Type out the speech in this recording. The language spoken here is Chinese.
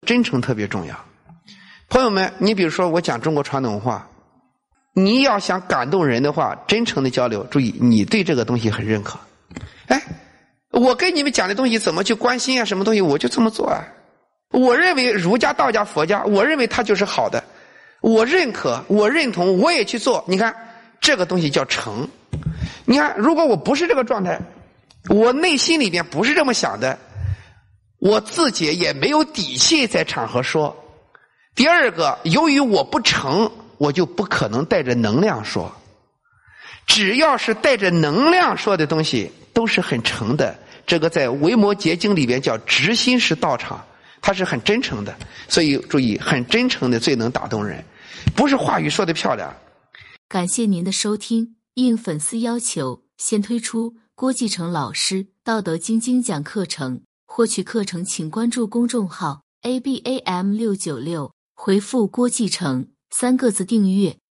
真诚特别重要。朋友们，你比如说我讲中国传统文化，你要想感动人的话，真诚的交流，注意你对这个东西很认可。哎，我跟你们讲的东西怎么去关心啊，什么东西我就这么做啊。我认为儒家、道家、佛家，我认为它就是好的，我认可，我认同，我也去做。你看这个东西叫诚。你看如果我不是这个状态，我内心里边不是这么想的，我自己也没有底气在场合说。第二个，由于我不诚，我就不可能带着能量说。只要是带着能量说的东西都是很诚的，这个在维摩诘经里边叫直心是道场，它是很真诚的。所以注意，很真诚的最能打动人，不是话语说的漂亮。 感谢您的收听，应粉丝要求，先推出郭继承老师道德经精讲课程，获取课程请关注公众号 ABAM696，回复郭继承3个字订阅。